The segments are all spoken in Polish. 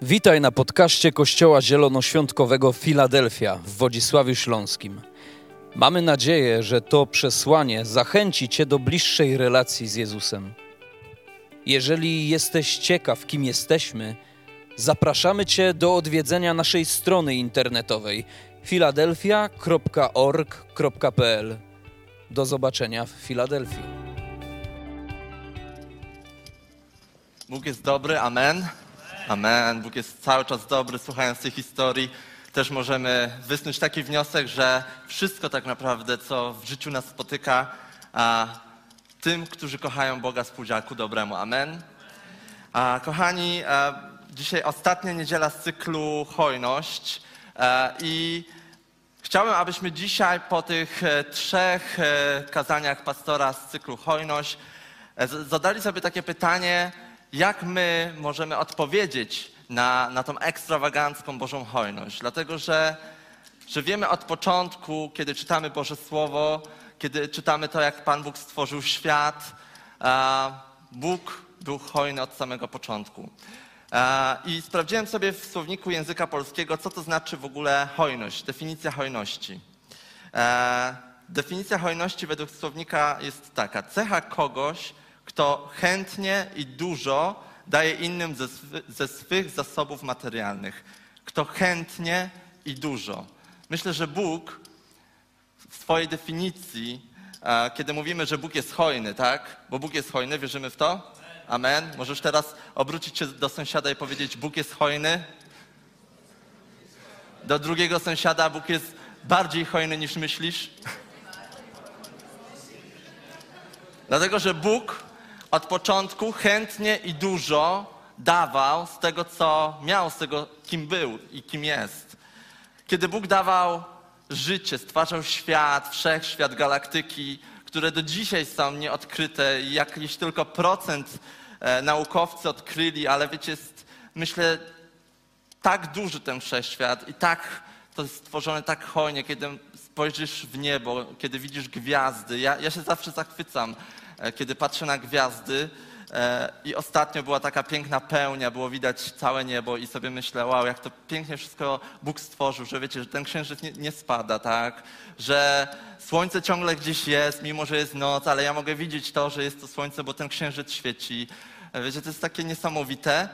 Witaj na podcaście Kościoła Zielonoświątkowego Filadelfia w Wodzisławiu Śląskim. Mamy nadzieję, że to przesłanie zachęci Cię do bliższej relacji z Jezusem. Jeżeli jesteś ciekaw, kim jesteśmy, zapraszamy Cię do odwiedzenia naszej strony internetowej filadelfia.org.pl. Do zobaczenia w Filadelfii. Bóg jest dobry, amen. Amen. Bóg jest cały czas dobry. Słuchając tej historii, też możemy wysnuć taki wniosek, że wszystko tak naprawdę, co w życiu nas spotyka, tym, którzy kochają Boga, współdziała ku dobremu. Amen. Kochani, dzisiaj ostatnia niedziela z cyklu Hojność i chciałbym, abyśmy dzisiaj po tych 3 kazaniach pastora z cyklu Hojność zadali sobie takie pytanie, jak my możemy odpowiedzieć na tą ekstrawagancką Bożą hojność. Dlatego, że wiemy od początku, kiedy czytamy Boże Słowo, kiedy czytamy to, jak Pan Bóg stworzył świat, Bóg był hojny od samego początku. I sprawdziłem sobie w słowniku języka polskiego, co to znaczy w ogóle hojność, definicja hojności. Definicja hojności według słownika jest taka: cecha kogoś, kto chętnie i dużo daje innym ze swych zasobów materialnych. Kto chętnie i dużo. Myślę, że Bóg w swojej definicji, kiedy mówimy, że Bóg jest hojny, tak? Bo Bóg jest hojny, wierzymy w to? Amen. Możesz teraz obrócić się do sąsiada i powiedzieć: Bóg jest hojny. Do drugiego sąsiada: Bóg jest bardziej hojny niż myślisz. Dlatego, że Bóg od początku chętnie i dużo dawał z tego, co miał, z tego, kim był i kim jest. Kiedy Bóg dawał życie, stwarzał świat, wszechświat, galaktyki, które do dzisiaj są nieodkryte i jakiś tylko procent naukowcy odkryli, ale wiecie, jest, myślę, tak duży ten wszechświat i tak to jest stworzone tak hojnie, kiedy spojrzysz w niebo, kiedy widzisz gwiazdy. Ja się zawsze zachwycam, kiedy patrzę na gwiazdy i ostatnio była taka piękna pełnia, było widać całe niebo i sobie myślę: wow, jak to pięknie wszystko Bóg stworzył, że wiecie, że ten księżyc nie spada, tak? Że słońce ciągle gdzieś jest, mimo że jest noc, ale ja mogę widzieć to, że jest to słońce, bo ten księżyc świeci. Wiecie, to jest takie niesamowite.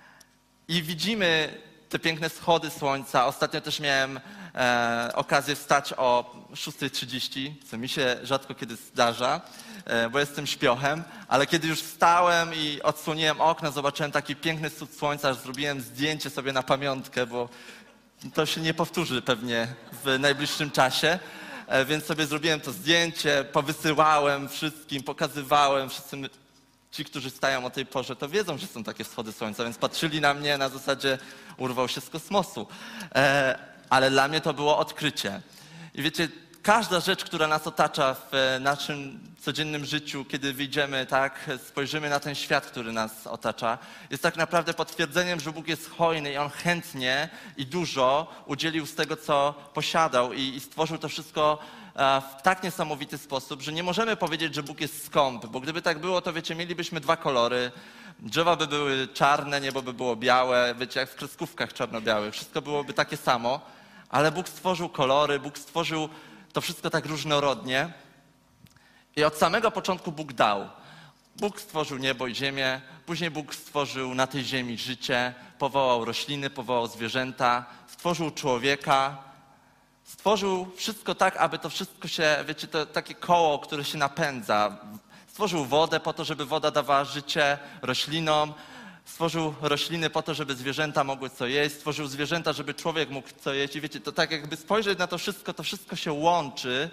I widzimy te piękne wschody słońca. Ostatnio też miałem okazję wstać o 6:30, co mi się rzadko kiedy zdarza, bo jestem śpiochem, ale kiedy już wstałem i odsłoniłem okno, zobaczyłem taki piękny wschód słońca, że zrobiłem zdjęcie sobie na pamiątkę, bo to się nie powtórzy pewnie w najbliższym czasie, więc sobie zrobiłem to zdjęcie, powysyłałem wszystkim, pokazywałem wszystkim. Ci, którzy stają o tej porze, to wiedzą, że są takie wschody słońca, więc patrzyli na mnie na zasadzie: urwał się z kosmosu. Ale dla mnie to było odkrycie. I wiecie, każda rzecz, która nas otacza w naszym codziennym życiu, kiedy wyjdziemy, tak, spojrzymy na ten świat, który nas otacza, jest tak naprawdę potwierdzeniem, że Bóg jest hojny i On chętnie i dużo udzielił z tego, co posiadał i stworzył to wszystko w tak niesamowity sposób, że nie możemy powiedzieć, że Bóg jest skąpy, bo gdyby tak było, to wiecie, mielibyśmy 2 kolory, drzewa by były czarne, niebo by było białe, wiecie, jak w kreskówkach czarno-białych, wszystko byłoby takie samo, ale Bóg stworzył kolory, Bóg stworzył to wszystko tak różnorodnie i od samego początku Bóg dał. Bóg stworzył niebo i ziemię, później Bóg stworzył na tej ziemi życie, powołał rośliny, powołał zwierzęta, stworzył człowieka, stworzył wszystko tak, aby to wszystko się, wiecie, to takie koło, które się napędza. Stworzył wodę po to, żeby woda dawała życie roślinom. Stworzył rośliny po to, żeby zwierzęta mogły co jeść. Stworzył zwierzęta, żeby człowiek mógł co jeść. I wiecie, to tak jakby spojrzeć na to wszystko się łączy.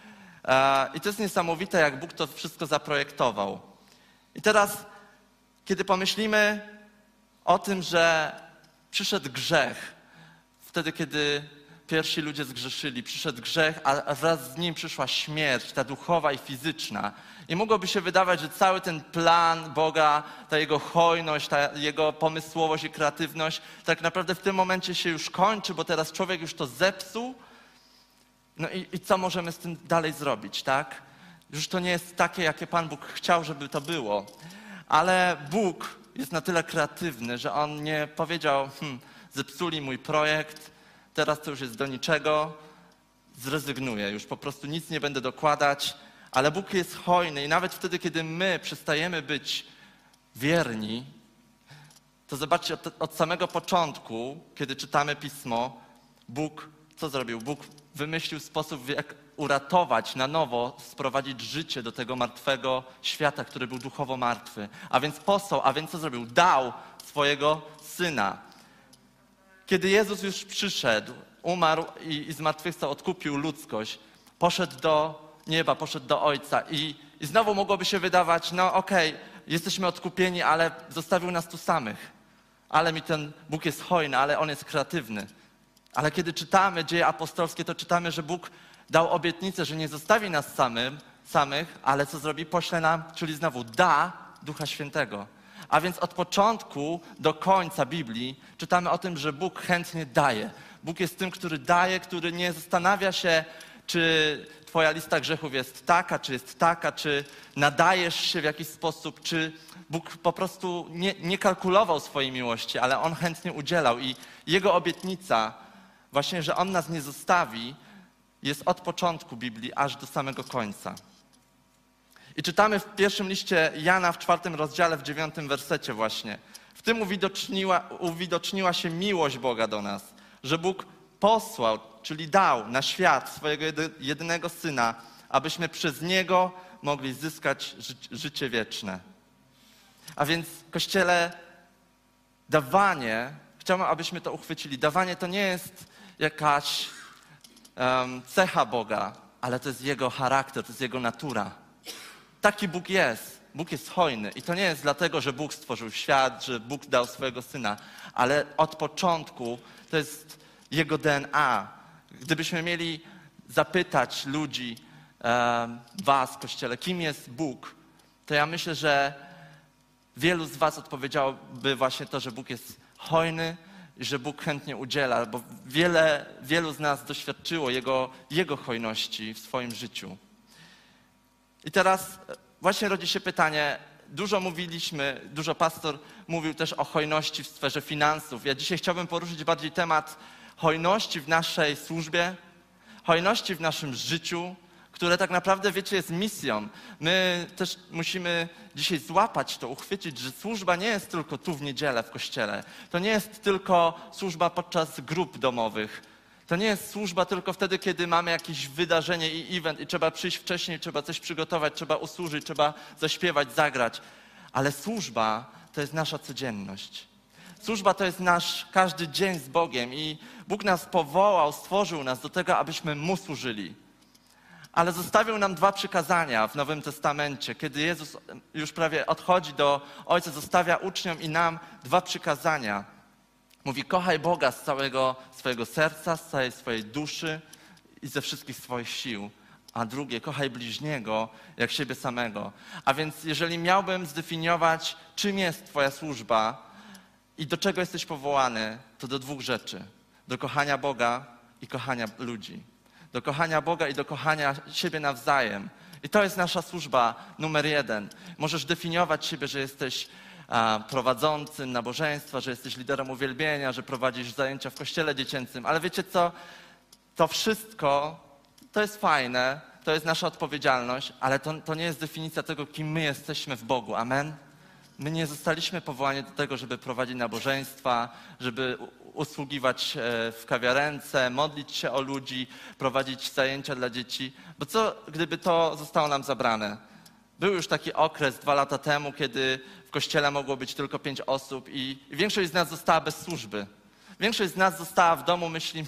I to jest niesamowite, jak Bóg to wszystko zaprojektował. I teraz, kiedy pomyślimy o tym, że przyszedł grzech, wtedy, kiedy pierwsi ludzie zgrzeszyli, przyszedł grzech, a wraz z nim przyszła śmierć, ta duchowa i fizyczna. I mogłoby się wydawać, że cały ten plan Boga, ta Jego hojność, ta Jego pomysłowość i kreatywność tak naprawdę w tym momencie się już kończy, bo teraz człowiek już to zepsuł. No i co możemy z tym dalej zrobić, tak? Już to nie jest takie, jakie Pan Bóg chciał, żeby to było. Ale Bóg jest na tyle kreatywny, że on nie powiedział, zepsuli mój projekt, teraz to już jest do niczego, zrezygnuję, już po prostu nic nie będę dokładać, ale Bóg jest hojny i nawet wtedy, kiedy my przestajemy być wierni, to zobaczcie, od samego początku, kiedy czytamy Pismo, Bóg co zrobił? Bóg wymyślił sposób, jak uratować na nowo, sprowadzić życie do tego martwego świata, który był duchowo martwy. A więc posłał, a więc co zrobił? Dał swojego Syna. Kiedy Jezus już przyszedł, umarł i zmartwychwstał, odkupił ludzkość, poszedł do nieba, poszedł do Ojca i znowu mogłoby się wydawać, no okej, jesteśmy odkupieni, ale zostawił nas tu samych. Ale mi ten Bóg jest hojny, ale On jest kreatywny. Ale kiedy czytamy Dzieje apostolskie, to czytamy, że Bóg dał obietnicę, że nie zostawi nas samych, ale co zrobi? Pośle nam, czyli znowu da Ducha Świętego. A więc od początku do końca Biblii czytamy o tym, że Bóg chętnie daje. Bóg jest tym, który daje, który nie zastanawia się, czy twoja lista grzechów jest taka, czy nadajesz się w jakiś sposób, czy Bóg po prostu nie kalkulował swojej miłości, ale On chętnie udzielał i Jego obietnica, właśnie, że On nas nie zostawi, jest od początku Biblii aż do samego końca. I czytamy w pierwszym liście Jana w 4 rozdziale, w 9 wersecie właśnie. W tym uwidoczniła się miłość Boga do nas, że Bóg posłał, czyli dał na świat swojego jedynego Syna, abyśmy przez Niego mogli zyskać życie wieczne. A więc, Kościele, dawanie, chciałbym, abyśmy to uchwycili, dawanie to nie jest jakaś cecha Boga, ale to jest Jego charakter, to jest Jego natura. Taki Bóg jest. Bóg jest hojny. I to nie jest dlatego, że Bóg stworzył świat, że Bóg dał swojego Syna, ale od początku to jest Jego DNA. Gdybyśmy mieli zapytać ludzi, was, Kościele, kim jest Bóg, to ja myślę, że wielu z was odpowiedziałoby właśnie to, że Bóg jest hojny i że Bóg chętnie udziela, bo wielu z nas doświadczyło Jego hojności w swoim życiu. I teraz właśnie rodzi się pytanie, dużo pastor mówił też o hojności w sferze finansów. Ja dzisiaj chciałbym poruszyć bardziej temat hojności w naszej służbie, hojności w naszym życiu, które tak naprawdę, wiecie, jest misją. My też musimy dzisiaj złapać to, uchwycić, że służba nie jest tylko tu w niedzielę w kościele. To nie jest tylko służba podczas grup domowych. To nie jest służba tylko wtedy, kiedy mamy jakieś wydarzenie i event i trzeba przyjść wcześniej, trzeba coś przygotować, trzeba usłużyć, trzeba zaśpiewać, zagrać. Ale służba to jest nasza codzienność. Służba to jest nasz każdy dzień z Bogiem i Bóg nas powołał, stworzył nas do tego, abyśmy Mu służyli. Ale zostawił nam 2 przykazania w Nowym Testamencie. Kiedy Jezus już prawie odchodzi do Ojca, zostawia uczniom i nam 2 przykazania. Mówi, kochaj Boga z całego swojego serca, z całej swojej duszy i ze wszystkich swoich sił. A drugie, kochaj bliźniego jak siebie samego. A więc jeżeli miałbym zdefiniować, czym jest twoja służba i do czego jesteś powołany, to do 2 rzeczy. Do kochania Boga i kochania ludzi. Do kochania Boga i do kochania siebie nawzajem. I to jest nasza służba numer 1. Możesz definiować siebie, że jesteś prowadzącym nabożeństwa, że jesteś liderem uwielbienia, że prowadzisz zajęcia w kościele dziecięcym. Ale wiecie co? To wszystko, to jest fajne, to jest nasza odpowiedzialność, ale to nie jest definicja tego, kim my jesteśmy w Bogu. Amen? My nie zostaliśmy powołani do tego, żeby prowadzić nabożeństwa, żeby usługiwać w kawiarence, modlić się o ludzi, prowadzić zajęcia dla dzieci. Bo co, gdyby to zostało nam zabrane? Był już taki okres 2 lata temu, kiedy w kościele mogło być tylko 5 osób i większość z nas została bez służby. Większość z nas została w domu, myśli,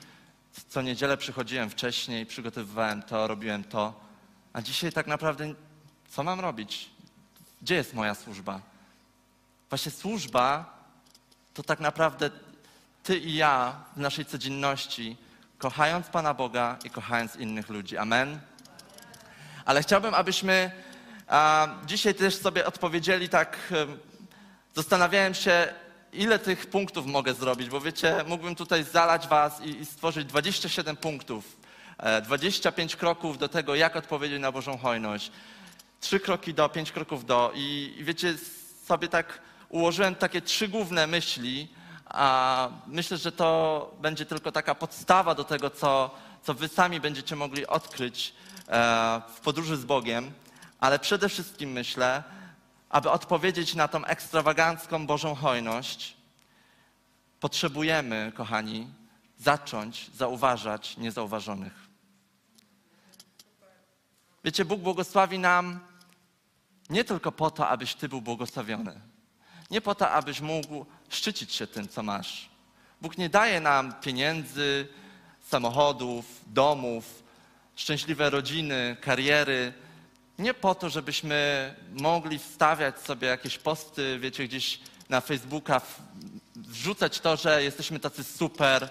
co niedzielę przychodziłem wcześniej, przygotowywałem to, robiłem to. A dzisiaj tak naprawdę co mam robić? Gdzie jest moja służba? Właśnie służba to tak naprawdę ty i ja w naszej codzienności, kochając Pana Boga i kochając innych ludzi. Amen? Ale chciałbym, abyśmy dzisiaj też sobie odpowiedzieli tak, zastanawiałem się, ile tych punktów mogę zrobić, bo wiecie, mógłbym tutaj zalać was i stworzyć 27 punktów, 25 kroków do tego, jak odpowiedzieć na Bożą hojność, 3 kroki do, 5 kroków do i wiecie, sobie tak ułożyłem takie 3 główne myśli, a myślę, że to będzie tylko taka podstawa do tego, co wy sami będziecie mogli odkryć w podróży z Bogiem, ale przede wszystkim myślę, aby odpowiedzieć na tą ekstrawagancką Bożą hojność, potrzebujemy, kochani, zacząć zauważać niezauważonych. Wiecie, Bóg błogosławi nam nie tylko po to, abyś ty był błogosławiony. Nie po to, abyś mógł szczycić się tym, co masz. Bóg nie daje nam pieniędzy, samochodów, domów, szczęśliwe rodziny, kariery. Nie po to, żebyśmy mogli wstawiać sobie jakieś posty, wiecie, gdzieś na Facebooka, wrzucać to, że jesteśmy tacy super,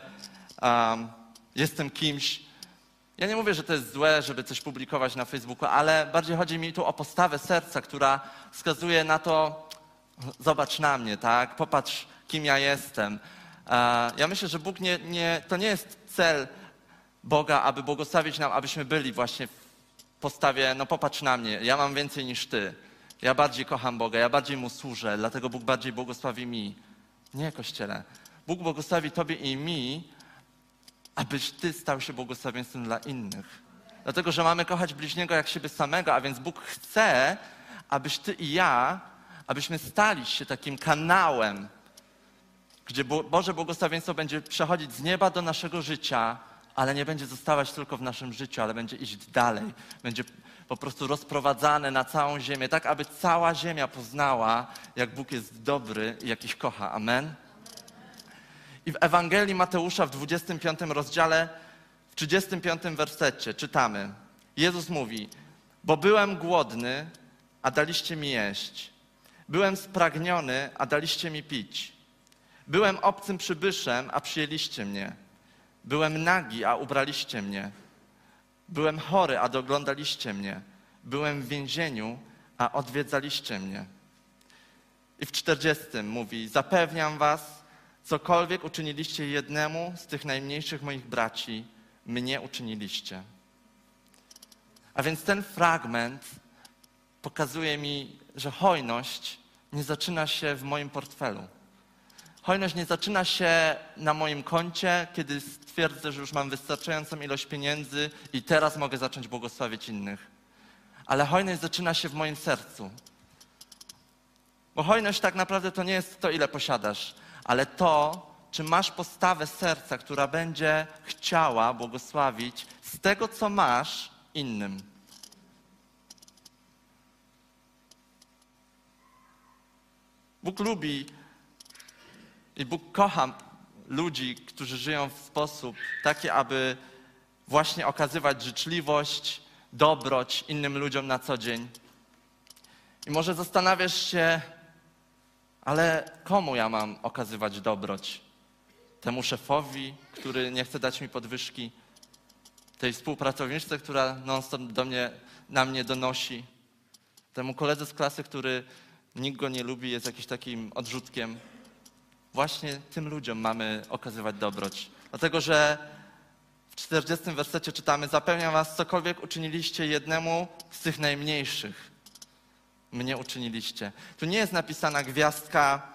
jestem kimś. Ja nie mówię, że to jest złe, żeby coś publikować na Facebooku, ale bardziej chodzi mi tu o postawę serca, która wskazuje na to, zobacz na mnie, tak? Popatrz, kim ja jestem. Ja myślę, że Bóg to nie jest cel Boga, aby błogosławić nam, abyśmy byli właśnie w postawie, no popatrz na mnie, ja mam więcej niż ty. Ja bardziej kocham Boga, ja bardziej Mu służę, dlatego Bóg bardziej błogosławi mi. Nie, Kościele. Bóg błogosławi tobie i mi, abyś ty stał się błogosławieństwem dla innych. Dlatego, że mamy kochać bliźniego jak siebie samego, a więc Bóg chce, abyś ty i ja, abyśmy stali się takim kanałem, gdzie Boże błogosławieństwo będzie przechodzić z nieba do naszego życia, ale nie będzie zostawać tylko w naszym życiu, ale będzie iść dalej. Będzie po prostu rozprowadzane na całą ziemię, tak aby cała ziemia poznała, jak Bóg jest dobry i jak ich kocha. Amen? I w Ewangelii Mateusza w 25 rozdziale, w 35 wersecie czytamy. Jezus mówi, bo byłem głodny, a daliście mi jeść. Byłem spragniony, a daliście mi pić. Byłem obcym przybyszem, a przyjęliście mnie. Byłem nagi, a ubraliście mnie. Byłem chory, a doglądaliście mnie. Byłem w więzieniu, a odwiedzaliście mnie. I w 40 mówi, zapewniam was, cokolwiek uczyniliście jednemu z tych najmniejszych moich braci, mnie uczyniliście. A więc ten fragment pokazuje mi, że hojność nie zaczyna się w moim portfelu. Hojność nie zaczyna się na moim koncie, kiedy stwierdzę, że już mam wystarczającą ilość pieniędzy i teraz mogę zacząć błogosławić innych. Ale hojność zaczyna się w moim sercu. Bo hojność tak naprawdę to nie jest to, ile posiadasz, ale to, czy masz postawę serca, która będzie chciała błogosławić z tego, co masz, innym. Bóg lubi i Bóg kocha ludzi, którzy żyją w sposób taki, aby właśnie okazywać życzliwość, dobroć innym ludziom na co dzień. I może zastanawiasz się, ale komu ja mam okazywać dobroć? Temu szefowi, który nie chce dać mi podwyżki? Tej współpracowniczce, która non-stop na mnie donosi? Temu koledze z klasy, który nikt go nie lubi, jest jakiś takim odrzutkiem? Właśnie tym ludziom mamy okazywać dobroć. Dlatego, że w 40 wersecie czytamy, zapewniam was, cokolwiek uczyniliście jednemu z tych najmniejszych, mnie uczyniliście. Tu nie jest napisana gwiazdka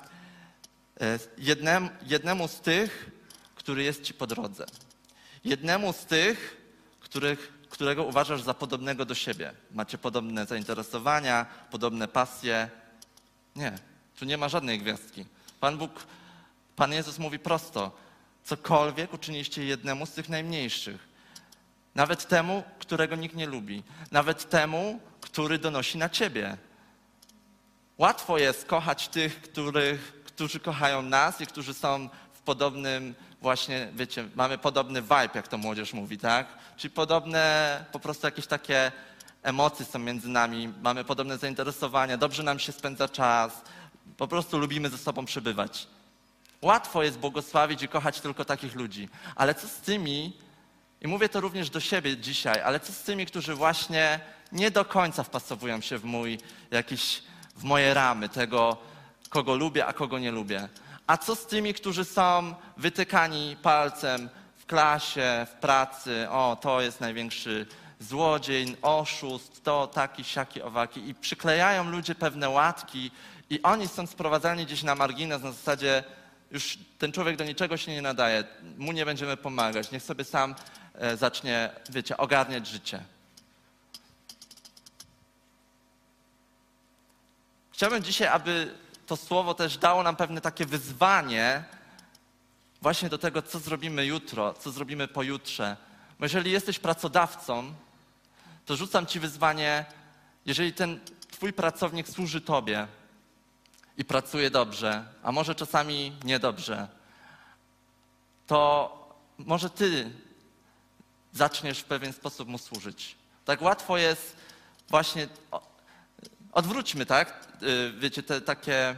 jednemu z tych, który jest ci po drodze. Jednemu z tych, którego uważasz za podobnego do siebie. Macie podobne zainteresowania, podobne pasje. Nie, tu nie ma żadnej gwiazdki. Pan Jezus mówi prosto, cokolwiek uczyniliście jednemu z tych najmniejszych. Nawet temu, którego nikt nie lubi. Nawet temu, który donosi na ciebie. Łatwo jest kochać tych, którzy kochają nas i którzy są w podobnym właśnie, wiecie, mamy podobny vibe, jak to młodzież mówi, tak? Czyli podobne, po prostu jakieś takie emocje są między nami, mamy podobne zainteresowania, dobrze nam się spędza czas, po prostu lubimy ze sobą przebywać. Łatwo jest błogosławić i kochać tylko takich ludzi, ale co z tymi, i mówię to również do siebie dzisiaj, ale co z tymi, którzy właśnie nie do końca wpasowują się w moje ramy tego, kogo lubię, a kogo nie lubię. A co z tymi, którzy są wytykani palcem w klasie, w pracy, o, to jest największy złodziej, oszust, to taki, siaki, owaki. I przyklejają ludzie pewne łatki I oni są sprowadzani gdzieś na margines na zasadzie już ten człowiek do niczego się nie nadaje, mu nie będziemy pomagać, niech sobie sam zacznie, wiecie, ogarniać życie. Chciałbym dzisiaj, aby to słowo też dało nam pewne takie wyzwanie właśnie do tego, co zrobimy jutro, co zrobimy pojutrze. Bo jeżeli jesteś pracodawcą, to rzucam ci wyzwanie, jeżeli ten twój pracownik służy tobie i pracuje dobrze, a może czasami niedobrze, to może ty zaczniesz w pewien sposób mu służyć. Tak łatwo jest właśnie, odwróćmy, tak? Wiecie, te takie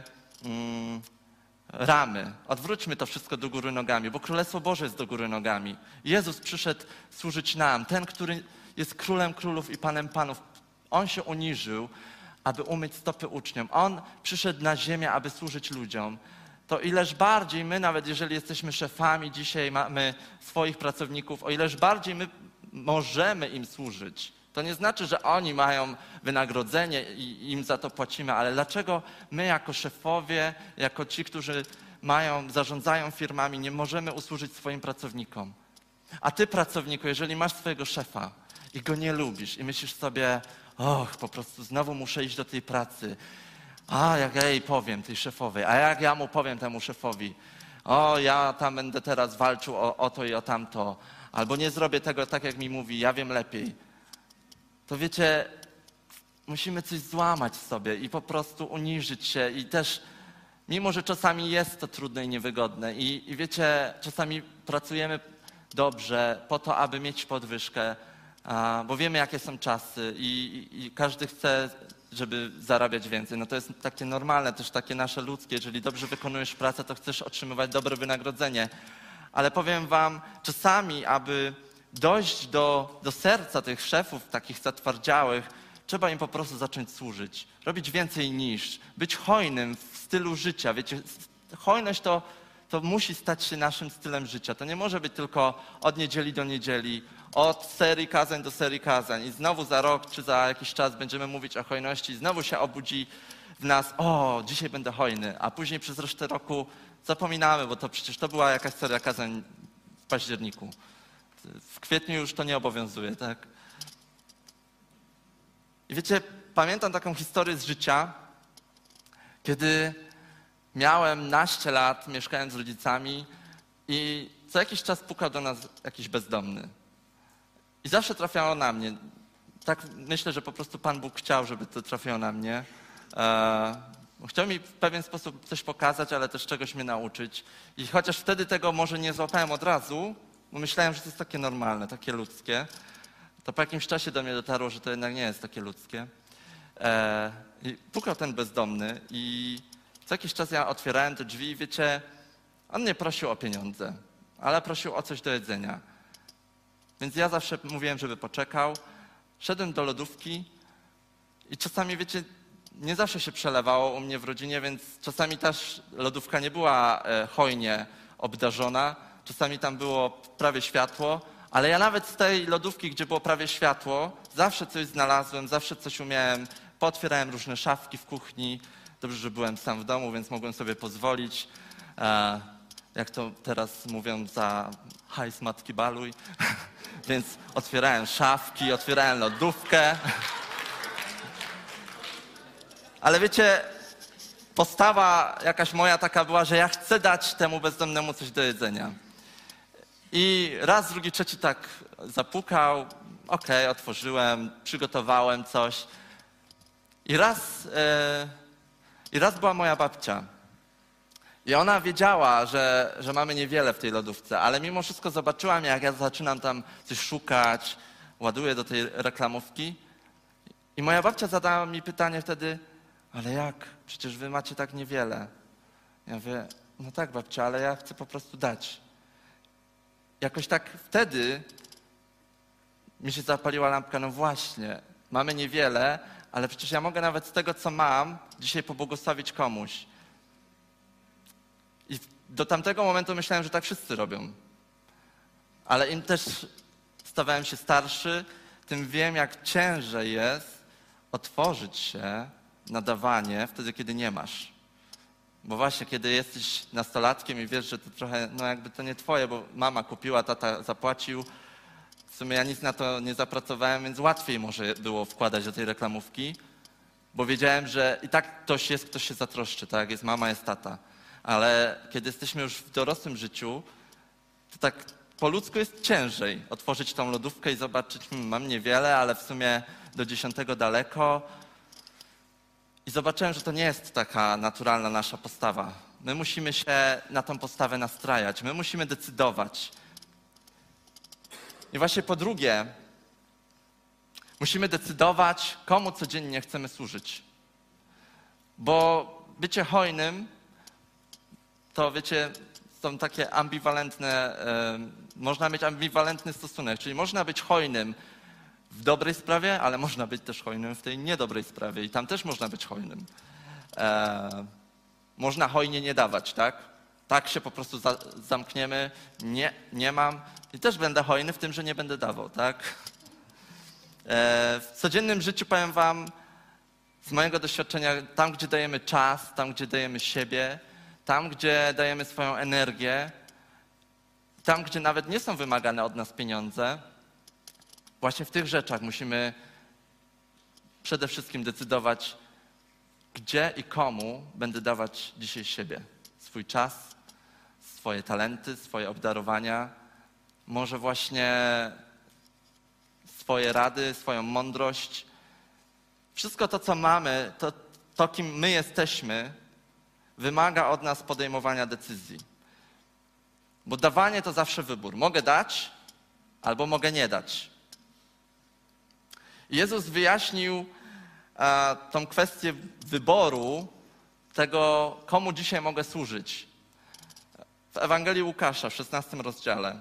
ramy. Odwróćmy to wszystko do góry nogami, bo Królestwo Boże jest do góry nogami. Jezus przyszedł służyć nam. Ten, który jest Królem Królów i Panem Panów. On się uniżył, aby umyć stopy uczniom. On przyszedł na ziemię, aby służyć ludziom. To ileż bardziej my, nawet jeżeli jesteśmy szefami, dzisiaj mamy swoich pracowników, o ileż bardziej my możemy im służyć. To nie znaczy, że oni mają wynagrodzenie i im za to płacimy, ale dlaczego my jako szefowie, jako ci, którzy zarządzają firmami, nie możemy usłużyć swoim pracownikom? A ty, pracowniku, jeżeli masz swojego szefa i go nie lubisz i myślisz sobie, po prostu znowu muszę iść do tej pracy, jak ja jej powiem, tej szefowej, a jak ja mu powiem temu szefowi, ja tam będę teraz walczył o to i o tamto, albo nie zrobię tego tak, jak mi mówi, ja wiem lepiej. To wiecie, musimy coś złamać w sobie i po prostu uniżyć się i też, mimo że czasami jest to trudne i niewygodne i wiecie, czasami pracujemy dobrze po to, aby mieć podwyżkę, bo wiemy, jakie są czasy i każdy chce, żeby zarabiać więcej. No to jest takie normalne, też takie nasze ludzkie. Jeżeli dobrze wykonujesz pracę, to chcesz otrzymywać dobre wynagrodzenie. Ale powiem wam, czasami, aby dojść do serca tych szefów takich zatwardziałych, trzeba im po prostu zacząć służyć. Robić więcej niż. Być hojnym w stylu życia. Wiecie, hojność to musi stać się naszym stylem życia. To nie może być tylko od niedzieli do niedzieli, od serii kazań do serii kazań i znowu za rok czy za jakiś czas będziemy mówić o hojności i znowu się obudzi w nas, dzisiaj będę hojny, a później przez resztę roku zapominamy, bo to przecież to była jakaś seria kazań w październiku. W kwietniu już to nie obowiązuje, tak? I wiecie, pamiętam taką historię z życia, kiedy miałem naście lat, mieszkałem z rodzicami i co jakiś czas pukał do nas jakiś bezdomny. I zawsze trafiało na mnie. Tak myślę, że po prostu Pan Bóg chciał, żeby to trafiło na mnie. Chciał mi w pewien sposób coś pokazać, ale też czegoś mnie nauczyć. I chociaż wtedy tego może nie złapałem od razu, bo myślałem, że to jest takie normalne, takie ludzkie, to po jakimś czasie do mnie dotarło, że to jednak nie jest takie ludzkie. I pukał ten bezdomny i co jakiś czas ja otwierałem te drzwi i wiecie, on nie prosił o pieniądze, ale prosił o coś do jedzenia. Więc ja zawsze mówiłem, żeby poczekał. Szedłem do lodówki i czasami, wiecie, nie zawsze się przelewało u mnie w rodzinie, więc czasami też lodówka nie była hojnie obdarzona. Czasami tam było prawie światło, ale ja nawet z tej lodówki, gdzie było prawie światło, zawsze coś znalazłem, zawsze coś umiałem. Pootwierałem różne szafki w kuchni. Dobrze, że byłem sam w domu, więc mogłem sobie pozwolić. Jak to teraz mówią, za hajs matki baluj. Więc otwierałem szafki, otwierałem lodówkę. Ale wiecie, postawa jakaś moja taka była, że ja chcę dać temu bezdomnemu coś do jedzenia. I raz, drugi, trzeci tak zapukał. Okej, otworzyłem, przygotowałem coś. I raz była moja babcia. I ona wiedziała, że mamy niewiele w tej lodówce, ale mimo wszystko zobaczyłam, jak ja zaczynam tam coś szukać, ładuję do tej reklamówki. I moja babcia zadała mi pytanie wtedy, ale jak? Przecież wy macie tak niewiele. Ja mówię, no tak babcia, ale ja chcę po prostu dać. Jakoś tak wtedy mi się zapaliła lampka, no właśnie, mamy niewiele, ale przecież ja mogę nawet z tego, co mam, dzisiaj pobłogosławić komuś. I do tamtego momentu myślałem, że tak wszyscy robią. Ale im też stawałem się starszy, tym wiem, jak ciężej jest otworzyć się na dawanie wtedy, kiedy nie masz. Bo właśnie, kiedy jesteś nastolatkiem i wiesz, że to trochę, jakby to nie twoje, bo mama kupiła, tata zapłacił. W sumie ja nic na to nie zapracowałem, więc łatwiej może było wkładać do tej reklamówki, bo wiedziałem, że i tak ktoś jest, kto się zatroszczy, tak? Jest mama, jest tata. Ale kiedy jesteśmy już w dorosłym życiu, to tak po ludzku jest ciężej otworzyć tą lodówkę i zobaczyć, mam niewiele, ale w sumie do 10 daleko. I zobaczyłem, że to nie jest taka naturalna nasza postawa. My musimy się na tą postawę nastrajać, my musimy decydować. I właśnie po drugie, musimy decydować, komu codziennie chcemy służyć. Bo bycie hojnym, to wiecie, są takie ambiwalentne, można mieć ambiwalentny stosunek, czyli można być hojnym w dobrej sprawie, ale można być też hojnym w tej niedobrej sprawie i tam też można być hojnym. Można hojnie nie dawać, tak? Tak się po prostu zamkniemy, nie mam i też będę hojny w tym, że nie będę dawał, tak? W codziennym życiu powiem wam, z mojego doświadczenia, tam gdzie dajemy czas, tam gdzie dajemy siebie, tam gdzie dajemy swoją energię, tam gdzie nawet nie są wymagane od nas pieniądze, właśnie w tych rzeczach musimy przede wszystkim decydować, gdzie i komu będę dawać dzisiaj siebie. Swój czas, swoje talenty, swoje obdarowania, może właśnie swoje rady, swoją mądrość. Wszystko to, co mamy, to kim my jesteśmy, wymaga od nas podejmowania decyzji. Bo dawanie to zawsze wybór. Mogę dać albo mogę nie dać. Jezus wyjaśnił tą kwestię wyboru tego, komu dzisiaj mogę służyć. W Ewangelii Łukasza w 16 rozdziale.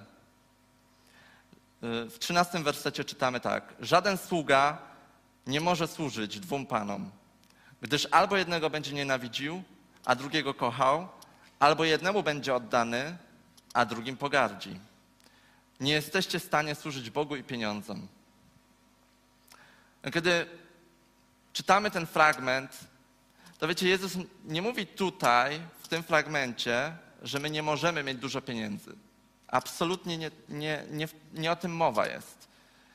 W 13 wersecie czytamy tak. Żaden sługa nie może służyć dwóm panom, gdyż albo jednego będzie nienawidził, a drugiego kochał, albo jednemu będzie oddany, a drugim pogardzi. Nie jesteście w stanie służyć Bogu i pieniądzom. Kiedy czytamy ten fragment, to wiecie, Jezus nie mówi tutaj, w tym fragmencie, że my nie możemy mieć dużo pieniędzy. Absolutnie nie o tym mowa jest.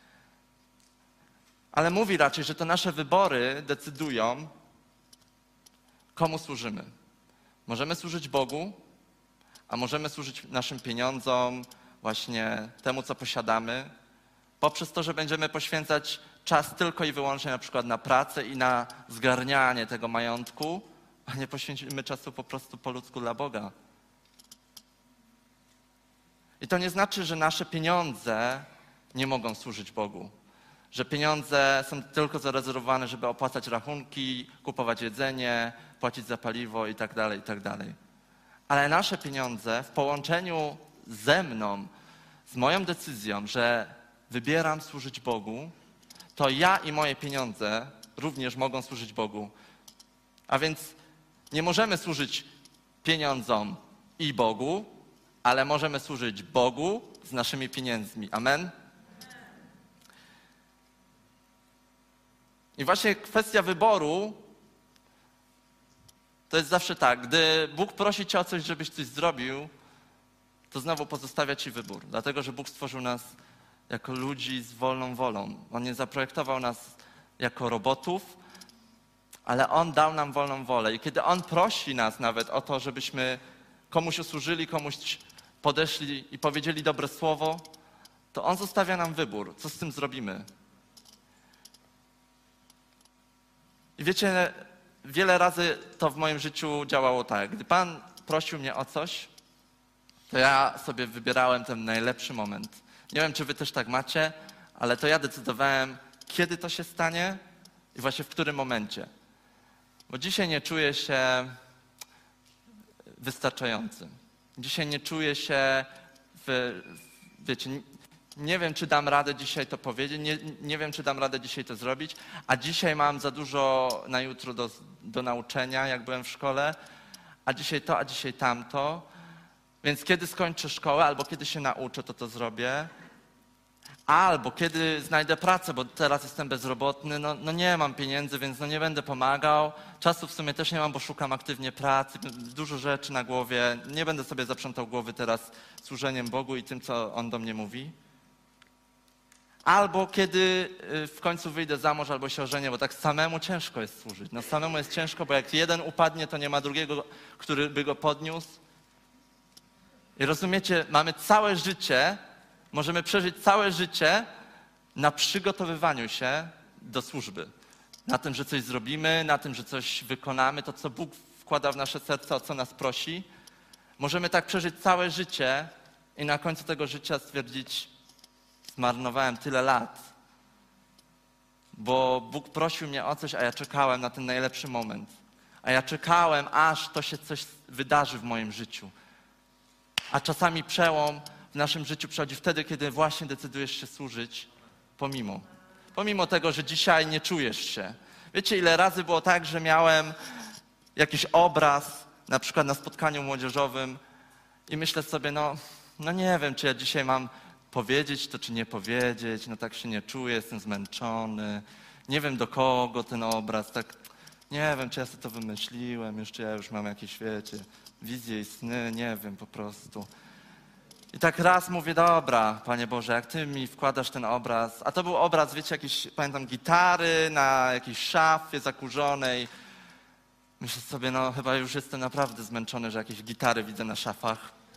Ale mówi raczej, że to nasze wybory decydują, komu służymy. Możemy służyć Bogu, a możemy służyć naszym pieniądzom, właśnie temu, co posiadamy, poprzez to, że będziemy poświęcać czas tylko i wyłącznie na przykład na pracę i na zgarnianie tego majątku, a nie poświęcimy czasu po prostu po ludzku dla Boga. I to nie znaczy, że nasze pieniądze nie mogą służyć Bogu. Że pieniądze są tylko zarezerwowane, żeby opłacać rachunki, kupować jedzenie, płacić za paliwo i tak dalej, i tak dalej. Ale nasze pieniądze w połączeniu ze mną, z moją decyzją, że wybieram służyć Bogu, to ja i moje pieniądze również mogą służyć Bogu. A więc nie możemy służyć pieniądzom i Bogu, ale możemy służyć Bogu z naszymi pieniędzmi. Amen? I właśnie kwestia wyboru to jest zawsze tak, gdy Bóg prosi cię o coś, żebyś coś zrobił, to znowu pozostawia ci wybór. Dlatego, że Bóg stworzył nas jako ludzi z wolną wolą. On nie zaprojektował nas jako robotów, ale On dał nam wolną wolę. I kiedy On prosi nas nawet o to, żebyśmy komuś usłużyli, komuś podeszli i powiedzieli dobre słowo, to On zostawia nam wybór, co z tym zrobimy. I wiecie, wiele razy to w moim życiu działało tak. Gdy Pan prosił mnie o coś, to ja sobie wybierałem ten najlepszy moment. Nie wiem, czy wy też tak macie, ale to ja decydowałem, kiedy to się stanie i właśnie w którym momencie. Bo dzisiaj nie czuję się wystarczający. Dzisiaj nie czuję się, wiecie, nie wiem, czy dam radę dzisiaj to powiedzieć, nie wiem, czy dam radę dzisiaj to zrobić, a dzisiaj mam za dużo na jutro do nauczenia, jak byłem w szkole, a dzisiaj to, a dzisiaj tamto. Więc kiedy skończę szkołę albo kiedy się nauczę, to zrobię. Albo kiedy znajdę pracę, bo teraz jestem bezrobotny, no nie mam pieniędzy, więc no nie będę pomagał. Czasu w sumie też nie mam, bo szukam aktywnie pracy, dużo rzeczy na głowie. Nie będę sobie zaprzątał głowy teraz służeniem Bogu i tym, co On do mnie mówi. Albo kiedy w końcu wyjdę za mąż albo się ożenię, bo tak samemu ciężko jest służyć. No samemu jest ciężko, bo jak jeden upadnie, to nie ma drugiego, który by go podniósł. I rozumiecie, mamy całe życie, możemy przeżyć całe życie na przygotowywaniu się do służby. Na tym, że coś zrobimy, na tym, że coś wykonamy, to co Bóg wkłada w nasze serce, o co nas prosi. Możemy tak przeżyć całe życie i na końcu tego życia stwierdzić, zmarnowałem tyle lat, bo Bóg prosił mnie o coś, a ja czekałem na ten najlepszy moment. A ja czekałem, aż to się coś wydarzy w moim życiu. A czasami przełom w naszym życiu przychodzi wtedy, kiedy właśnie decydujesz się służyć, pomimo tego, że dzisiaj nie czujesz się. Wiecie, ile razy było tak, że miałem jakiś obraz, na przykład na spotkaniu młodzieżowym i myślę sobie, no nie wiem, czy ja dzisiaj mam powiedzieć to, czy nie powiedzieć, no tak się nie czuję, jestem zmęczony, nie wiem do kogo ten obraz, tak nie wiem, czy ja sobie to wymyśliłem, czy ja już mam jakieś, wiecie, wizje i sny, nie wiem po prostu. I tak raz mówię, dobra, Panie Boże, jak Ty mi wkładasz ten obraz, a to był obraz, wiecie, jakiejś, pamiętam, gitary na jakiejś szafie zakurzonej. Myślę sobie, no chyba już jestem naprawdę zmęczony, że jakieś gitary widzę na szafach.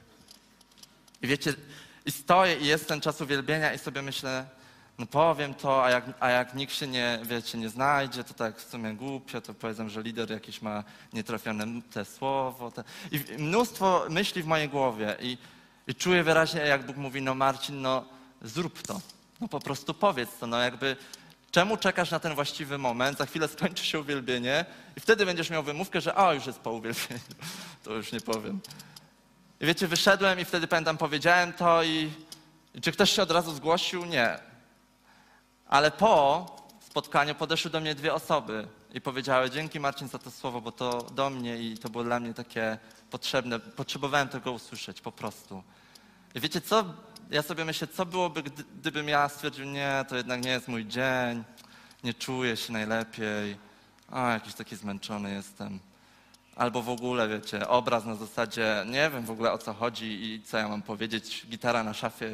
I wiecie, i stoję i jest ten czas uwielbienia i sobie myślę, no powiem to, a jak nikt się nie, wiecie, nie znajdzie, to tak w sumie głupio, to powiedzą, że lider jakiś ma nietrafione te słowo. I mnóstwo myśli w mojej głowie i czuję wyraźnie, jak Bóg mówi, no Marcin, no zrób to, no po prostu powiedz to, no jakby czemu czekasz na ten właściwy moment, za chwilę skończy się uwielbienie i wtedy będziesz miał wymówkę, że już jest po uwielbieniu, to już nie powiem. I wiecie, wyszedłem i wtedy pamiętam, powiedziałem to i czy ktoś się od razu zgłosił? Nie. Ale po spotkaniu podeszły do mnie 2 osoby i powiedziały, dzięki Marcin za to słowo, bo to do mnie i to było dla mnie takie potrzebne. Potrzebowałem tego usłyszeć po prostu. I wiecie co? Ja sobie myślę, co byłoby, gdybym ja stwierdził, nie, to jednak nie jest mój dzień, nie czuję się najlepiej, jakiś taki zmęczony jestem. Albo w ogóle, wiecie, obraz na zasadzie, nie wiem w ogóle o co chodzi i co ja mam powiedzieć, gitara na szafie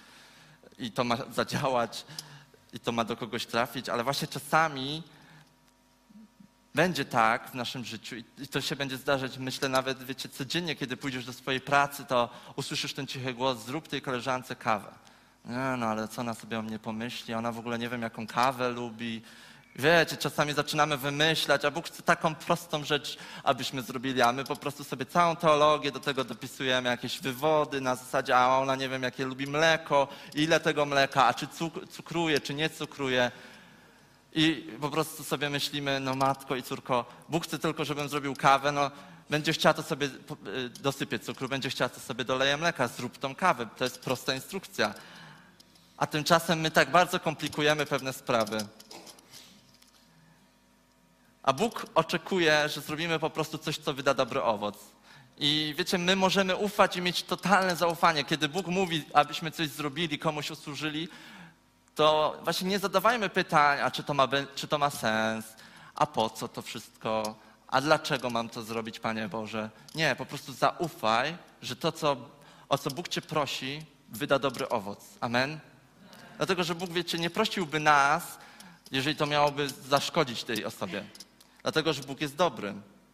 i to ma zadziałać i to ma do kogoś trafić, ale właśnie czasami będzie tak w naszym życiu i to się będzie zdarzać, myślę nawet, wiecie, codziennie, kiedy pójdziesz do swojej pracy, to usłyszysz ten cichy głos, zrób tej koleżance kawę. Nie, no ale co ona sobie o mnie pomyśli, ona w ogóle nie wiem jaką kawę lubi. Wiecie, czasami zaczynamy wymyślać, a Bóg chce taką prostą rzecz, abyśmy zrobili, a my po prostu sobie całą teologię do tego dopisujemy, jakieś wywody na zasadzie, a ona nie wiem, jakie lubi mleko, ile tego mleka, a czy cukruje, czy nie cukruje. I po prostu sobie myślimy, no matko i córko, Bóg chce tylko, żebym zrobił kawę, no będzie chciała, to sobie dosypię cukru, będzie chciała, to sobie doleję mleka, zrób tą kawę, to jest prosta instrukcja. A tymczasem my tak bardzo komplikujemy pewne sprawy. A Bóg oczekuje, że zrobimy po prostu coś, co wyda dobry owoc. I wiecie, my możemy ufać i mieć totalne zaufanie. Kiedy Bóg mówi, abyśmy coś zrobili, komuś usłużyli, to właśnie nie zadawajmy pytań, a czy to ma sens, a po co to wszystko, a dlaczego mam to zrobić, Panie Boże. Nie, po prostu zaufaj, że to, o co Bóg Cię prosi, wyda dobry owoc. Amen? Dlatego, że Bóg, wiecie, nie prosiłby nas, jeżeli to miałoby zaszkodzić tej osobie. Dlatego, że Bóg jest dobry.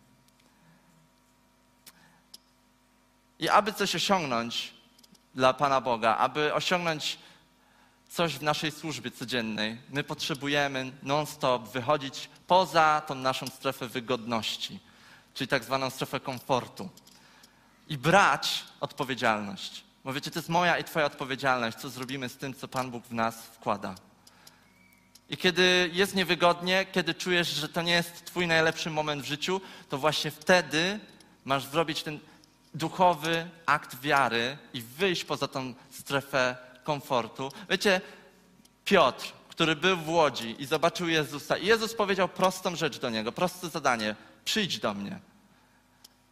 I aby coś osiągnąć dla Pana Boga, aby osiągnąć coś w naszej służbie codziennej, my potrzebujemy non-stop wychodzić poza tą naszą strefę wygodności, czyli tak zwaną strefę komfortu i brać odpowiedzialność. Bo wiecie, to jest moja i Twoja odpowiedzialność, co zrobimy z tym, co Pan Bóg w nas wkłada. I kiedy jest niewygodnie, kiedy czujesz, że to nie jest Twój najlepszy moment w życiu, to właśnie wtedy masz zrobić ten duchowy akt wiary i wyjść poza tą strefę komfortu. Wiecie, Piotr, który był w łodzi i zobaczył Jezusa i Jezus powiedział prostą rzecz do niego, proste zadanie, przyjdź do mnie.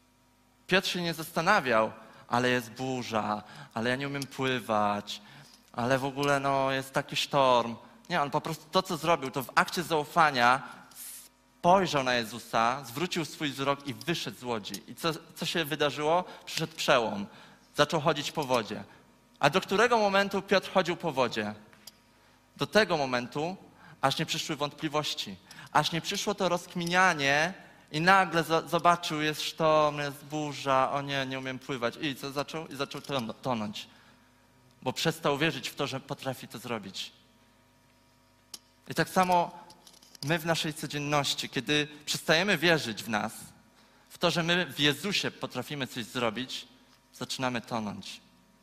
Piotr się nie zastanawiał, ale jest burza, ale ja nie umiem pływać, ale w ogóle jest taki sztorm. Nie, on po prostu to, co zrobił, to w akcie zaufania spojrzał na Jezusa, zwrócił swój wzrok i wyszedł z łodzi. I co się wydarzyło? Przyszedł przełom. Zaczął chodzić po wodzie. A do którego momentu Piotr chodził po wodzie? Do tego momentu, aż nie przyszły wątpliwości. Aż nie przyszło to rozkminianie i nagle zobaczył, jest sztorm, jest burza, o nie, nie umiem pływać. I co zaczął? I zaczął tonąć. Bo przestał wierzyć w to, że potrafi to zrobić. I tak samo my w naszej codzienności, kiedy przestajemy wierzyć w nas, w to, że my w Jezusie potrafimy coś zrobić, zaczynamy tonąć.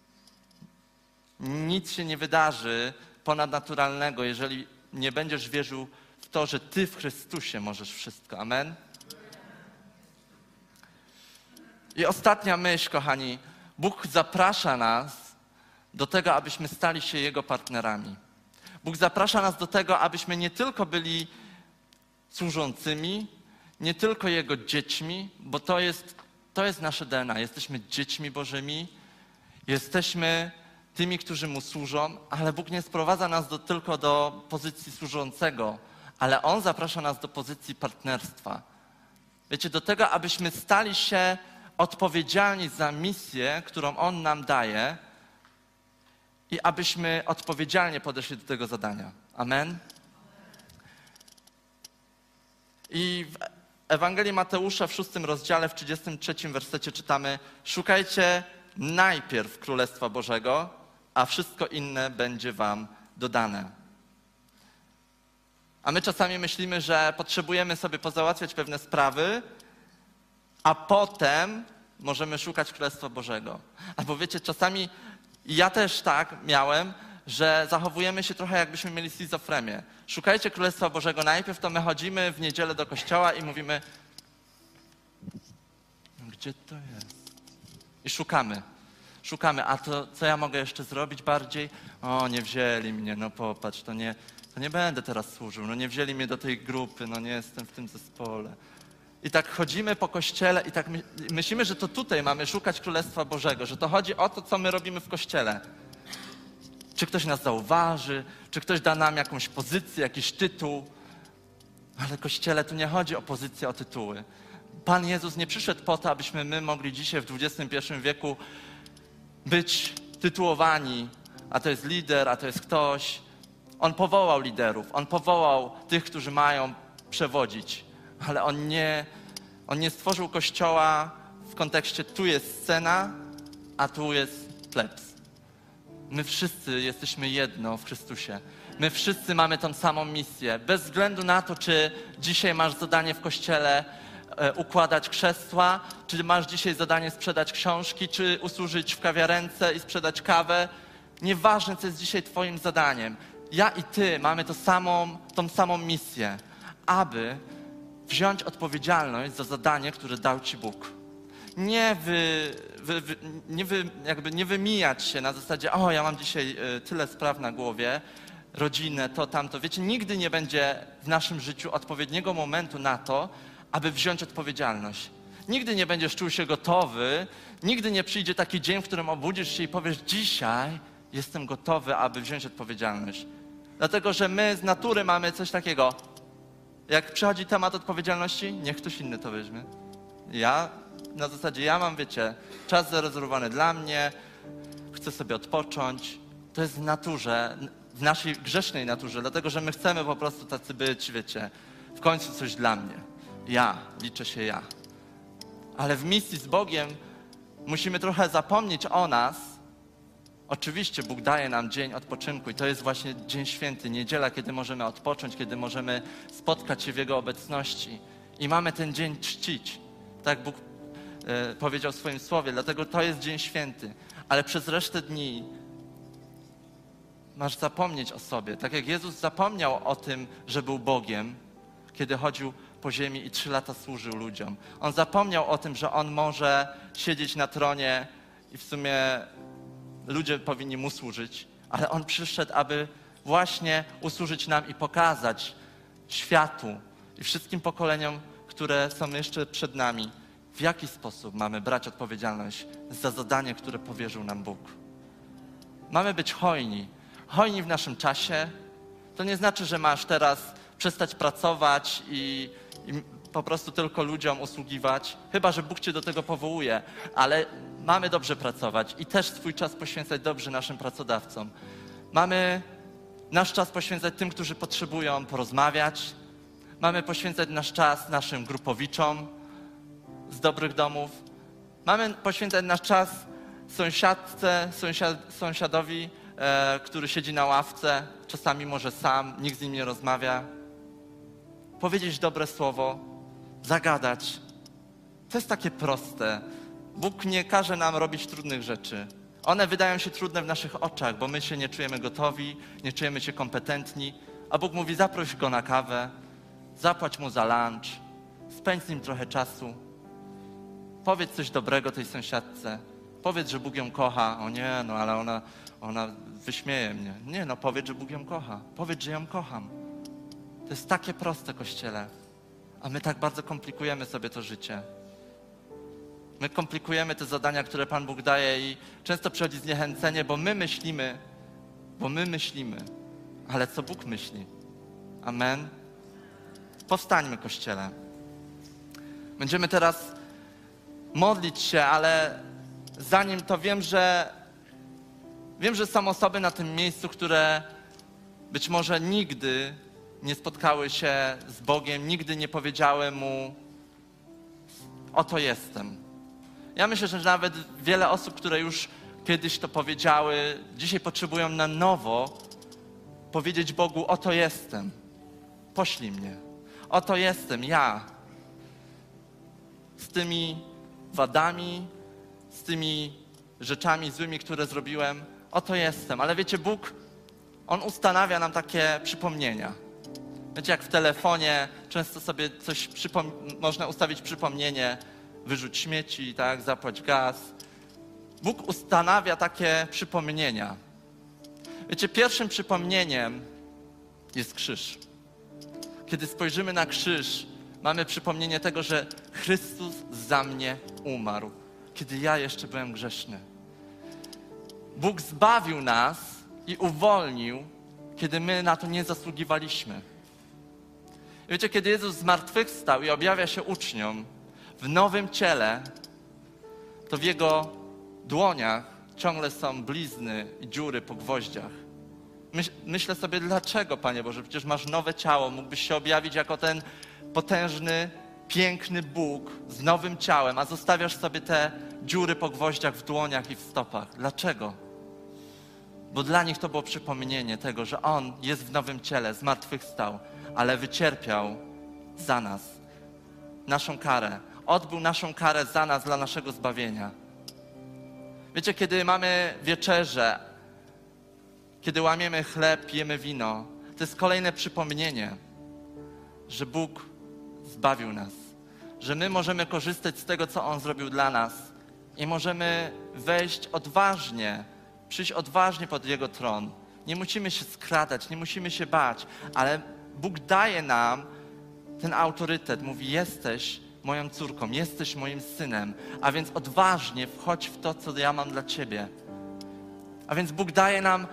Nic się nie wydarzy ponadnaturalnego, jeżeli nie będziesz wierzył w to, że Ty w Chrystusie możesz wszystko. Amen? I ostatnia myśl, kochani. Bóg zaprasza nas do tego, abyśmy stali się Jego partnerami. Bóg zaprasza nas do tego, abyśmy nie tylko byli służącymi, nie tylko Jego dziećmi, bo to jest nasze DNA. Jesteśmy dziećmi Bożymi, jesteśmy tymi, którzy Mu służą, ale Bóg nie sprowadza nas tylko do pozycji służącego, ale On zaprasza nas do pozycji partnerstwa. Wiecie, do tego, abyśmy stali się odpowiedzialni za misję, którą On nam daje i abyśmy odpowiedzialnie podeszli do tego zadania. Amen? I w Ewangelii Mateusza w 6 rozdziale, w 33 wersecie czytamy: szukajcie najpierw Królestwa Bożego, a wszystko inne będzie wam dodane. A my czasami myślimy, że potrzebujemy sobie pozałatwiać pewne sprawy, a potem możemy szukać Królestwa Bożego. Albo wiecie, czasami ja też tak miałem, że zachowujemy się trochę jakbyśmy mieli schizofrenię. Szukajcie Królestwa Bożego najpierw, to my chodzimy w niedzielę do kościoła i mówimy: gdzie to jest? I szukamy. A to co ja mogę jeszcze zrobić bardziej? O, nie wzięli mnie, no popatrz, to nie będę teraz służył, no nie wzięli mnie do tej grupy, no nie jestem w tym zespole. I tak chodzimy po kościele i tak myślimy, że to tutaj mamy szukać Królestwa Bożego, że to chodzi o to, co my robimy w kościele. Czy ktoś nas zauważy, czy ktoś da nam jakąś pozycję, jakiś tytuł. Ale Kościele, tu nie chodzi o pozycję, o tytuły. Pan Jezus nie przyszedł po to, abyśmy my mogli dzisiaj w XXI wieku być tytułowani, a to jest lider, a to jest ktoś. On powołał liderów, On powołał tych, którzy mają przewodzić, ale On nie stworzył Kościoła w kontekście tu jest scena, a tu jest plebs. My wszyscy jesteśmy jedno w Chrystusie. My wszyscy mamy tą samą misję. Bez względu na to, czy dzisiaj masz zadanie w kościele układać krzesła, czy masz dzisiaj zadanie sprzedać książki, czy usłużyć w kawiarence i sprzedać kawę. Nieważne, co jest dzisiaj twoim zadaniem. Ja i ty mamy tą samą misję, aby wziąć odpowiedzialność za zadanie, które dał ci Bóg. Nie wymijać się na zasadzie: o, ja mam dzisiaj tyle spraw na głowie, rodzinę, to, tamto. Wiecie, nigdy nie będzie w naszym życiu odpowiedniego momentu na to, aby wziąć odpowiedzialność. Nigdy nie będziesz czuł się gotowy, nigdy nie przyjdzie taki dzień, w którym obudzisz się i powiesz: dzisiaj jestem gotowy, aby wziąć odpowiedzialność. Dlatego, że my z natury mamy coś takiego. Jak przychodzi temat odpowiedzialności, niech ktoś inny to weźmie. Na zasadzie ja mam, wiecie, czas zarezerwowany dla mnie, chcę sobie odpocząć. To jest w naturze, w naszej grzesznej naturze, dlatego że my chcemy po prostu tacy być, wiecie, w końcu coś dla mnie. Liczę się ja. Ale w misji z Bogiem musimy trochę zapomnieć o nas. Oczywiście Bóg daje nam dzień odpoczynku i to jest właśnie dzień święty, niedziela, kiedy możemy odpocząć, kiedy możemy spotkać się w Jego obecności. I mamy ten dzień czcić. Tak Bóg powiedział w swoim słowie, dlatego to jest dzień święty. Ale przez resztę dni masz zapomnieć o sobie. Tak jak Jezus zapomniał o tym, że był Bogiem, kiedy chodził po ziemi i 3 lata służył ludziom. On zapomniał o tym, że On może siedzieć na tronie i w sumie ludzie powinni Mu służyć, ale On przyszedł, aby właśnie usłużyć nam i pokazać światu i wszystkim pokoleniom, które są jeszcze przed nami, w jaki sposób mamy brać odpowiedzialność za zadanie, które powierzył nam Bóg. Mamy być hojni, hojni w naszym czasie. To nie znaczy, że masz teraz przestać pracować i po prostu tylko ludziom usługiwać, chyba że Bóg cię do tego powołuje, ale mamy dobrze pracować i też swój czas poświęcać dobrze naszym pracodawcom. Mamy nasz czas poświęcać tym, którzy potrzebują porozmawiać. Mamy poświęcać nasz czas naszym grupowiczom z dobrych domów. Mamy poświęcać nasz czas sąsiadowi, który siedzi na ławce, czasami może sam, nikt z nim nie rozmawia. Powiedzieć dobre słowo, zagadać. To jest takie proste. Bóg nie każe nam robić trudnych rzeczy. One wydają się trudne w naszych oczach, bo my się nie czujemy gotowi, nie czujemy się kompetentni, a Bóg mówi, zaproś go na kawę, zapłać mu za lunch, spędź z nim trochę czasu, powiedz coś dobrego tej sąsiadce, powiedz, że Bóg ją kocha. O nie, no ale ona wyśmieje mnie. Nie, no powiedz, że Bóg ją kocha, powiedz, że ją kocham. To jest takie proste, Kościele, a my tak bardzo komplikujemy sobie to życie. My komplikujemy te zadania, które Pan Bóg daje i często przychodzi zniechęcenie, bo my myślimy, ale co Bóg myśli? Amen. Powstańmy, Kościele. Będziemy teraz modlić się, ale zanim to wiem, że są osoby na tym miejscu, które być może nigdy nie spotkały się z Bogiem, nigdy nie powiedziały Mu, oto jestem. Ja myślę, że nawet wiele osób, które już kiedyś to powiedziały, dzisiaj potrzebują na nowo powiedzieć Bogu, oto jestem, poślij mnie. Oto jestem ja. Z tymi wadami, z tymi rzeczami złymi, które zrobiłem, oto jestem. Ale wiecie, Bóg, On ustanawia nam takie przypomnienia. Wiecie, jak w telefonie często sobie coś można ustawić przypomnienie, wyrzuć śmieci, tak, zapłać gaz. Bóg ustanawia takie przypomnienia. Wiecie, pierwszym przypomnieniem jest krzyż. Kiedy spojrzymy na krzyż, mamy przypomnienie tego, że Chrystus za mnie umarł, kiedy ja jeszcze byłem grzeszny. Bóg zbawił nas i uwolnił, kiedy my na to nie zasługiwaliśmy. I wiecie, kiedy Jezus zmartwychwstał i objawia się uczniom w nowym ciele, to w Jego dłoniach ciągle są blizny i dziury po gwoździach. Myślę sobie, dlaczego, Panie Boże, przecież masz nowe ciało, mógłbyś się objawić jako ten potężny, piękny Bóg z nowym ciałem, a zostawiasz sobie te dziury po gwoździach w dłoniach i w stopach. Dlaczego? Bo dla nich to było przypomnienie tego, że On jest w nowym ciele, zmartwychwstał, ale wycierpiał za nas naszą karę. Odbył naszą karę za nas, dla naszego zbawienia. Wiecie, kiedy mamy wieczerzę, kiedy łamiemy chleb, pijemy wino, to jest kolejne przypomnienie, że Bóg zbawił nas, że my możemy korzystać z tego, co On zrobił dla nas i możemy wejść odważnie, przyjść odważnie pod Jego tron. Nie musimy się skradać, nie musimy się bać, ale Bóg daje nam ten autorytet. Mówi, jesteś moją córką, jesteś moim synem, a więc odważnie wchodź w to, co ja mam dla ciebie. A więc Bóg daje nam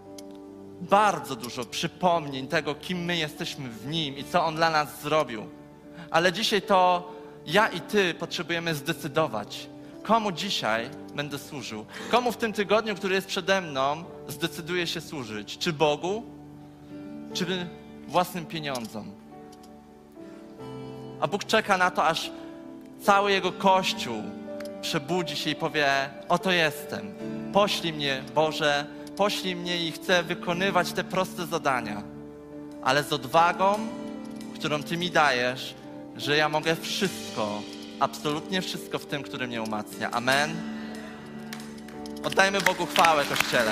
bardzo dużo przypomnień tego, kim my jesteśmy w Nim i co On dla nas zrobił. Ale dzisiaj to ja i ty potrzebujemy zdecydować, komu dzisiaj będę służył. Komu w tym tygodniu, który jest przede mną, zdecyduję się służyć. Czy Bogu, czy własnym pieniądzom. A Bóg czeka na to, aż cały Jego Kościół przebudzi się i powie, oto jestem. Poślij mnie, Boże, poślij mnie i chcę wykonywać te proste zadania. Ale z odwagą, którą Ty mi dajesz, że ja mogę wszystko, absolutnie wszystko w tym, który mnie umacnia. Amen. Oddajmy Bogu chwałę, Kościele.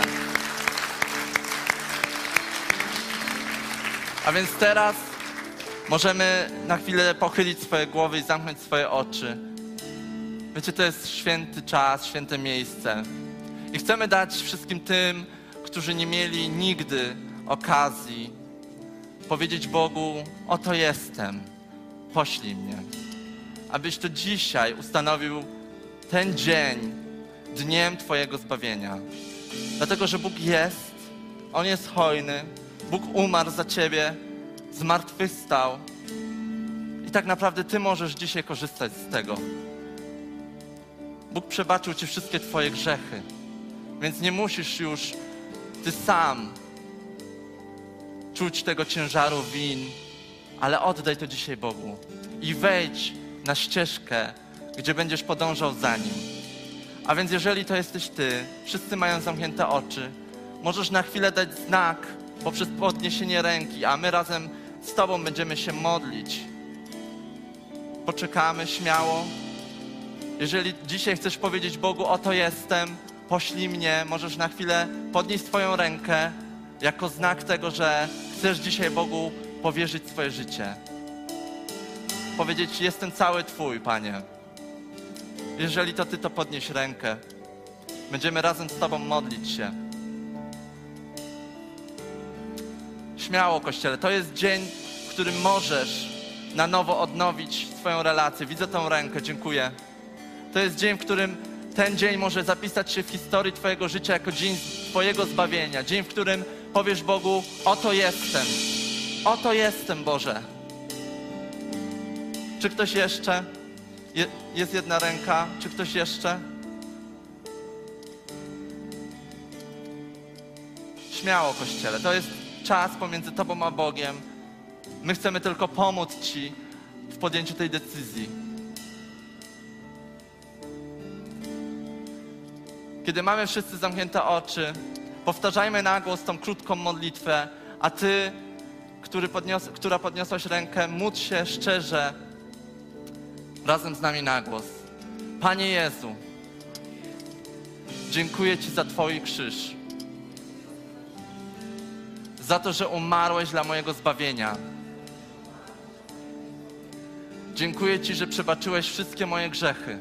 A więc teraz możemy na chwilę pochylić swoje głowy i zamknąć swoje oczy. Wiecie, to jest święty czas, święte miejsce. I chcemy dać wszystkim tym, którzy nie mieli nigdy okazji powiedzieć Bogu, oto jestem, poślij mnie. Abyś to dzisiaj ustanowił ten dzień dniem Twojego zbawienia. Dlatego, że Bóg jest On jest hojny. Bóg umarł za ciebie, zmartwychwstał. I tak naprawdę ty możesz dzisiaj korzystać z tego. Bóg przebaczył ci wszystkie twoje grzechy. Więc nie musisz już ty sam czuć tego ciężaru win, ale oddaj to dzisiaj Bogu i wejdź na ścieżkę, gdzie będziesz podążał za Nim. A więc jeżeli to jesteś ty, wszyscy mają zamknięte oczy, możesz na chwilę dać znak poprzez podniesienie ręki, a my razem z tobą będziemy się modlić. Poczekamy śmiało. Jeżeli dzisiaj chcesz powiedzieć Bogu, oto jestem, poślij mnie, możesz na chwilę podnieść swoją rękę jako znak tego, że chcesz dzisiaj Bogu powierzyć swoje życie. Powiedzieć, jestem cały Twój, Panie. Jeżeli to Ty, to podnieś rękę. Będziemy razem z Tobą modlić się. Śmiało, Kościele, to jest dzień, w którym możesz na nowo odnowić swoją relację. Widzę tą rękę, dziękuję. To jest dzień, w którym ten dzień może zapisać się w historii Twojego życia jako dzień Twojego zbawienia. Dzień, w którym powiesz Bogu, oto jestem, Boże. Czy ktoś jeszcze? Jest jedna ręka. Czy ktoś jeszcze? Śmiało, Kościele. To jest czas pomiędzy Tobą a Bogiem. My chcemy tylko pomóc Ci w podjęciu tej decyzji. Kiedy mamy wszyscy zamknięte oczy, powtarzajmy na głos tą krótką modlitwę, a Ty, która podniosłaś rękę, módl się szczerze razem z nami na głos. Panie Jezu, dziękuję Ci za Twój krzyż, za to, że umarłeś dla mojego zbawienia. Dziękuję Ci, że przebaczyłeś wszystkie moje grzechy.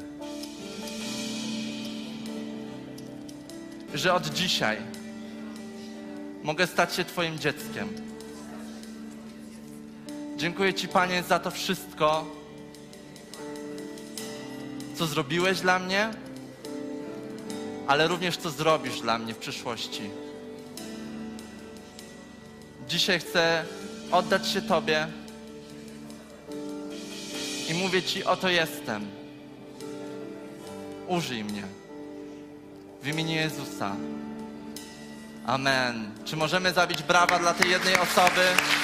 Że od dzisiaj mogę stać się Twoim dzieckiem. Dziękuję Ci, Panie, za to wszystko, co zrobiłeś dla mnie, ale również co zrobisz dla mnie w przyszłości. Dzisiaj chcę oddać się Tobie i mówię Ci, oto jestem. Użyj mnie. W imieniu Jezusa. Amen. Czy możemy zabić brawa dla tej jednej osoby?